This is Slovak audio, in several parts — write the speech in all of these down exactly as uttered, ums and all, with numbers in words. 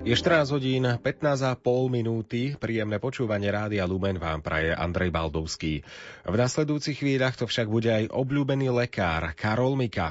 Je štrnásť hodín, pätnásť a pol minúty, príjemné počúvanie Rádia Lumen vám praje Andrej Baldovský. V nasledujúcich chvíľach to však bude aj obľúbený lekár Karol Mika.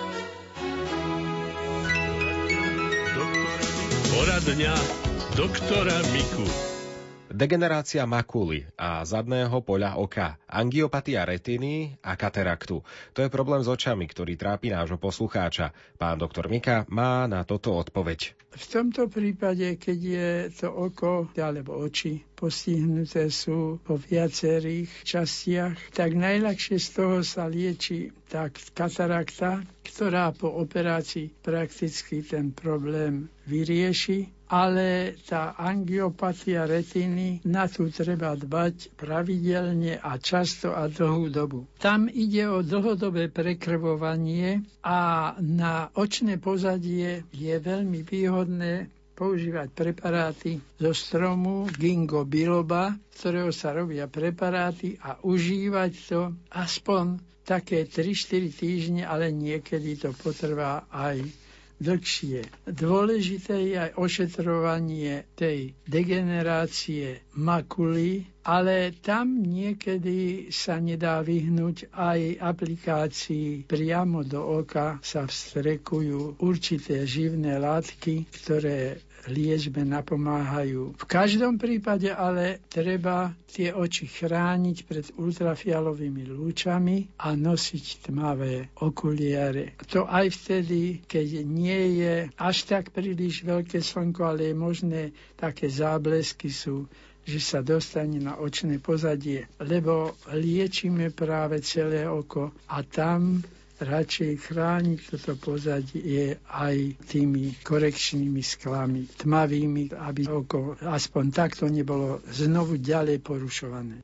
Poradňa doktora Miku. Degenerácia makuly a zadného poľa oka, angiopatia retiny a kataraktu. To je problém s očami, ktorý trápi nášho poslucháča. Pán doktor Mika má na toto odpoveď. V tomto prípade, keď je to oko alebo oči postihnuté sú po viacerých častiach, tak najľahšie z toho sa lieči tak katarakta, ktorá po operácii prakticky ten problém vyrieši, ale tá angiopatia retiny, na tú treba dbať pravidelne a často a dlhú dobu. Tam ide o dlhodobé prekrvovanie a na očné pozadie je veľmi výhodné používať preparáty zo stromu ginkgo biloba, z ktorého sa robia preparáty a užívať to aspoň také tri štyri týždne, ale niekedy to potrvá aj dlhšie. Dôležité je aj ošetrovanie tej degenerácie makuly, ale tam niekedy sa nedá vyhnúť aj aplikácii priamo do oka sa vstrekujú určité živné látky, ktoré liečbe napomáhajú. V každom prípade ale treba tie oči chrániť pred ultrafialovými lúčami a nosiť tmavé okuliare. To aj vtedy, keď nie je až tak príliš veľké slnko, ale je možné, také záblesky sú, že sa dostane na očné pozadie, lebo liečíme práve celé oko a tam radšej chrániť toto pozadie aj tými korekčnými sklami, tmavými, aby oko aspoň takto nebolo znovu ďalej porušované.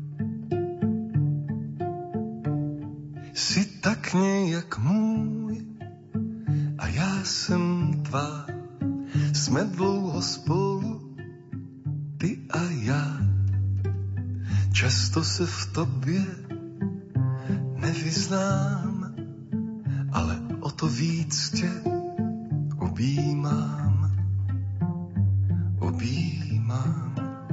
Jsi tak nějak můj a já jsem tvá. Jsme dlouho spolu, ty a já. Často se v tobě nevyznám, ale o to víc tě objímám, objímám.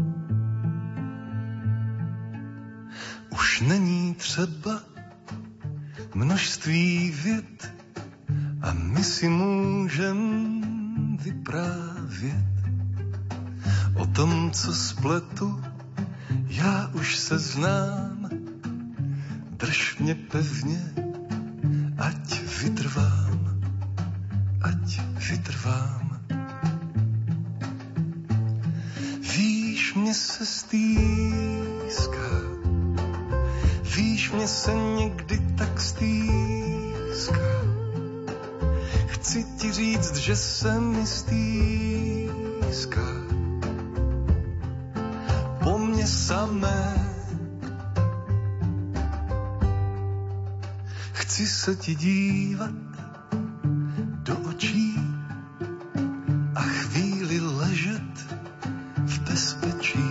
Už není třeba množství vět a my si můžem vyprávět o tom, co spletu, já už se znám. Drž mě pevně, ať vytrvám, ať vytrvám. Víš, mě se stýská, víš, mě se někdy tak stýská. Chci ti říct, že se mi stýská po mně samé. Chci se ti dívat do očí a chvíli ležet v bezpečí.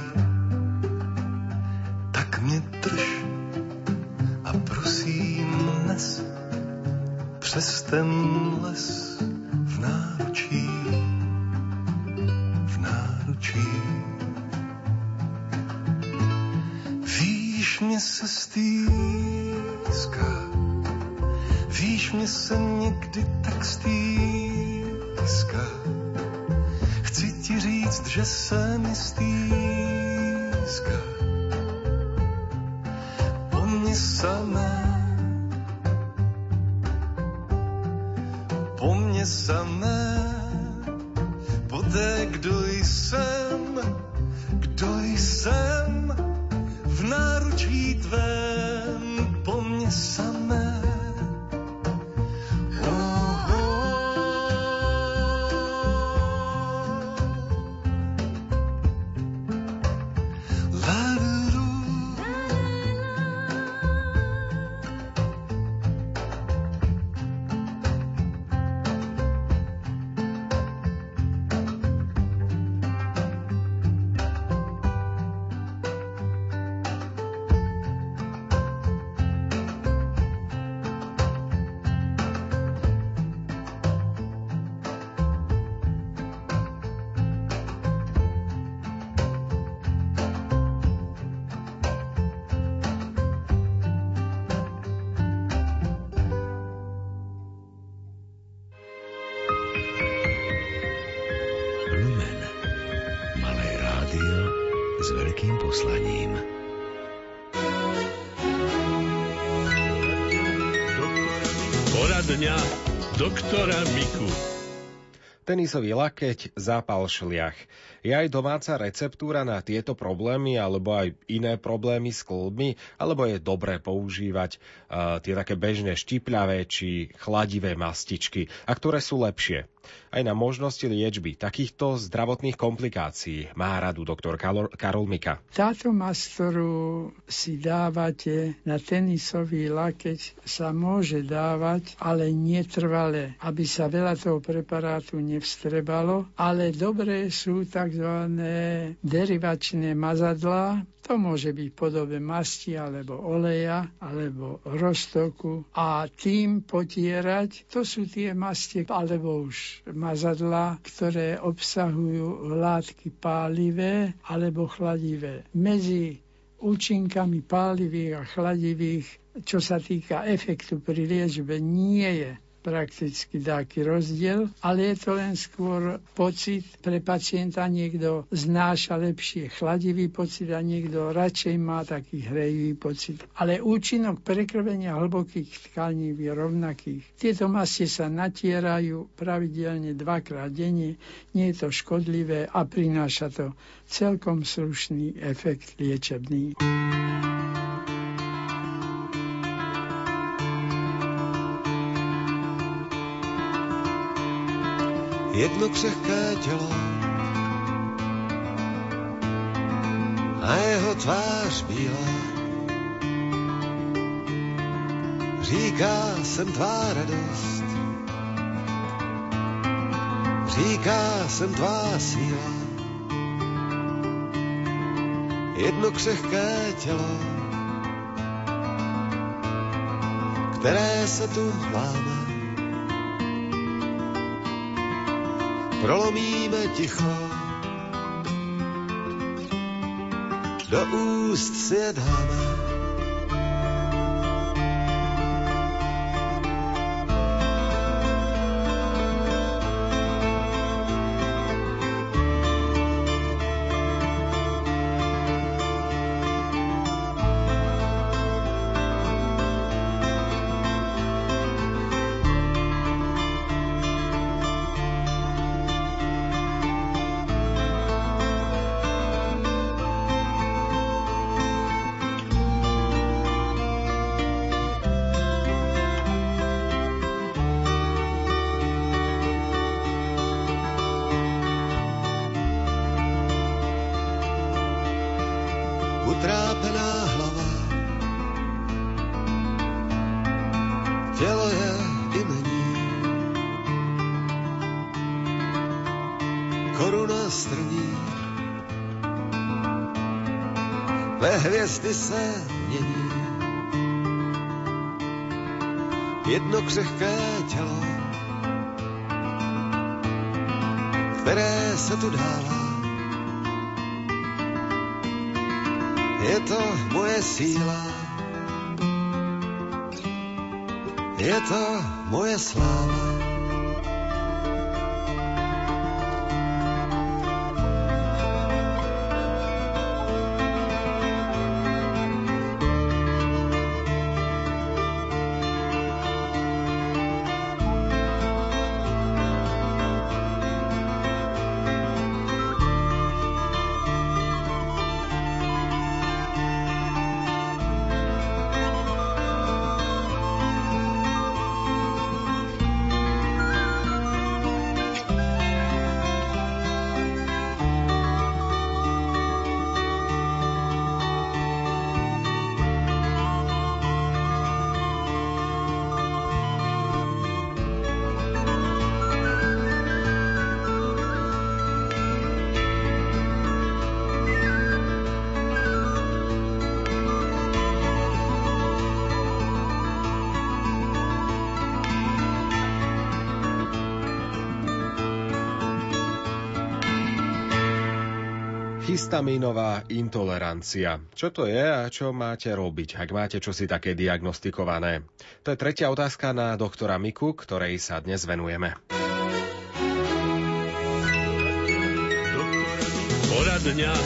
Tak mě drž a prosím nes přes ten les v náručí, v náručí. Víš, mě se stýská, víš, mě se někdy tak stýská. Chci ti říct, že se mi stýská po mně samé, po mně samé, po té, kdo jsem, kdo jsem v náručí tvém, po mně samé. veľkým poslaním. Poradňa doktora Miku. Tenisový lakeť, zápal šliach. Je aj domáca receptúra na tieto problémy, alebo aj iné problémy s kĺbmi, alebo je dobré používať uh, tie také bežné štipľavé či chladivé mastičky, a ktoré sú lepšie? Aj na možnosti liečby takýchto zdravotných komplikácií má radu doktor Karol Mika. Táto masť, ktorú si dávate na tenisový lakeť, sa môže dávať, ale netrvale, aby sa veľa toho preparátu nevstrebalo, ale dobré sú tzv. Derivačné mazadlá. To môže byť v podobe masti alebo oleja alebo roztoku a tým potierať. To sú tie masti alebo už mazadlá, ktoré obsahujú látky pálivé alebo chladivé. Medzi účinkami pálivých a chladivých, čo sa týka efektu pri liečbe, nie je prakticky taký rozdiel, ale je to len skôr pocit pre pacienta. Niekto znáša lepšie chladivý pocit a niekto radšej má taký hrejivý pocit. Ale účinok prekrvenia hlbokých tkaní je rovnaký. Tieto mastie sa natierajú pravidelne dvakrát denne, nie je to škodlivé a prináša to celkom slušný efekt liečebný. Jedno křehké tělo a jeho tvář bílá. Říká, jsem tvá radost, říká, jsem tvá síla. Jedno křehké tělo, které se tu láme. Prolomíme ticho, do úst si je dáme. Utrápená hlava, tělo je imení, koruna strní, ve hvězdy se mění. Jedno křehké tělo, které se tu dává. Je to moje síla, je to moje sláva. Histamínová intolerancia. Čo to je a čo máte robiť, ak máte čosi také diagnostikované? To je tretia otázka na doktora Miku, ktorej sa dnes venujeme. Poradňa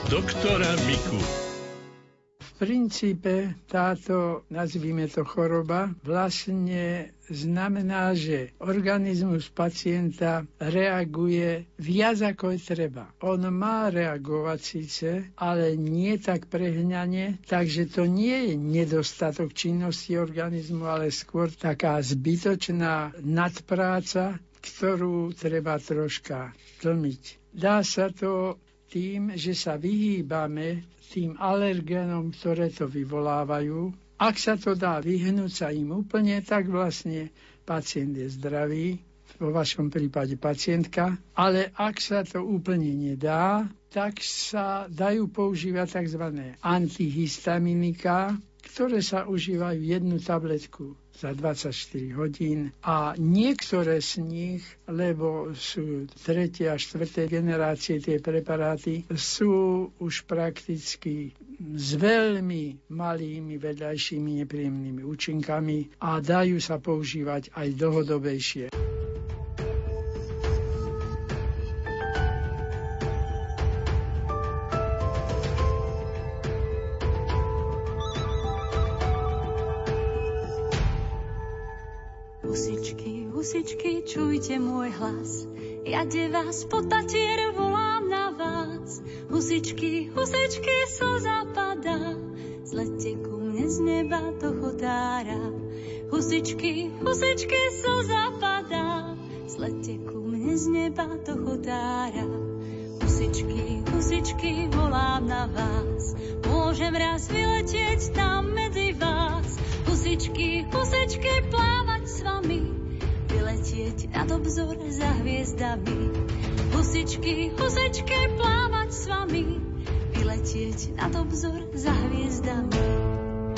doktora Miku. V princípe táto, nazvime to choroba, vlastne znamená, že organizmus pacienta reaguje viac ako je treba. On má reagovať síce, ale nie tak prehňane, takže to nie je nedostatok činnosti organizmu, ale skôr taká zbytočná nadpráca, ktorú treba troška tlmiť. Dá sa to tým, že sa vyhýbame tým alergénom, ktoré to vyvolávajú. Ak sa to dá vyhnúť sa im úplne, tak vlastne pacient je zdravý, vo vašom prípade pacientka, ale ak sa to úplne nedá, tak sa dajú používať tzv. Antihistaminika, ktoré sa užívajú jednu tabletku za dvadsaťštyri hodín a niektoré z nich, lebo sú tretie a štvrté generácie tie preparáty, sú už prakticky s veľmi malými vedľajšími nepríjemnými účinkami a dajú sa používať aj dlhodobejšie. Husičky, husičky, čujte môj hlas, ja de vás po tatier volám na vás. Husičky, husičky, slza padá, zlete ku mne z neba do chodára. Husičky, husičky, slza padá, zlete ku mne z neba do chodára. Husičky, husičky, volám na vás, môžem raz vyletieť tam medzi vás. Husičky, husičky, plávať s vami, vyletieť nad obzor za hviezdami. Husičky, husičky, plávať s vami, vyletieť nad obzor za hviezdami.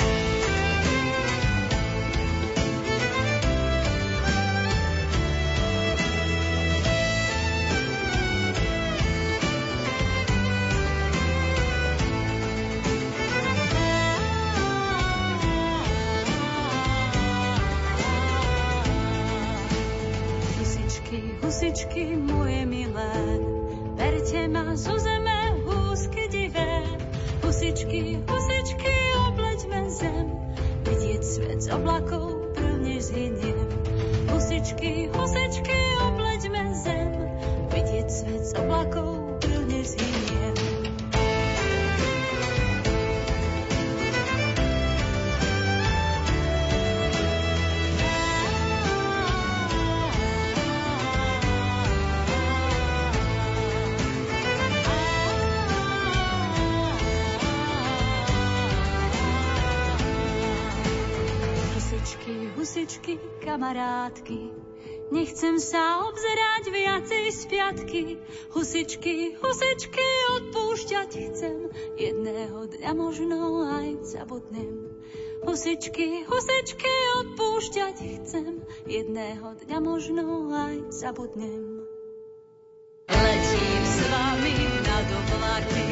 Husičky moje milé, berte ma zo zeme húsky divé. Husičky, husičky, obleďme zem, vidieť svet z oblakov prvne zhyniem. Husičky, husičky, obleďme zem, vidieť svet z oblakov prvne zhyniem. Husičky, kamarátky, nechcem sa obzerať viacej z piatky. Husičky, husičky, odpúšťať chcem, jedného dňa možno aj zabudnem. Husičky, husičky, odpúšťať chcem, jedného dňa možno aj zabudnem. Letím s vami nad oblaky,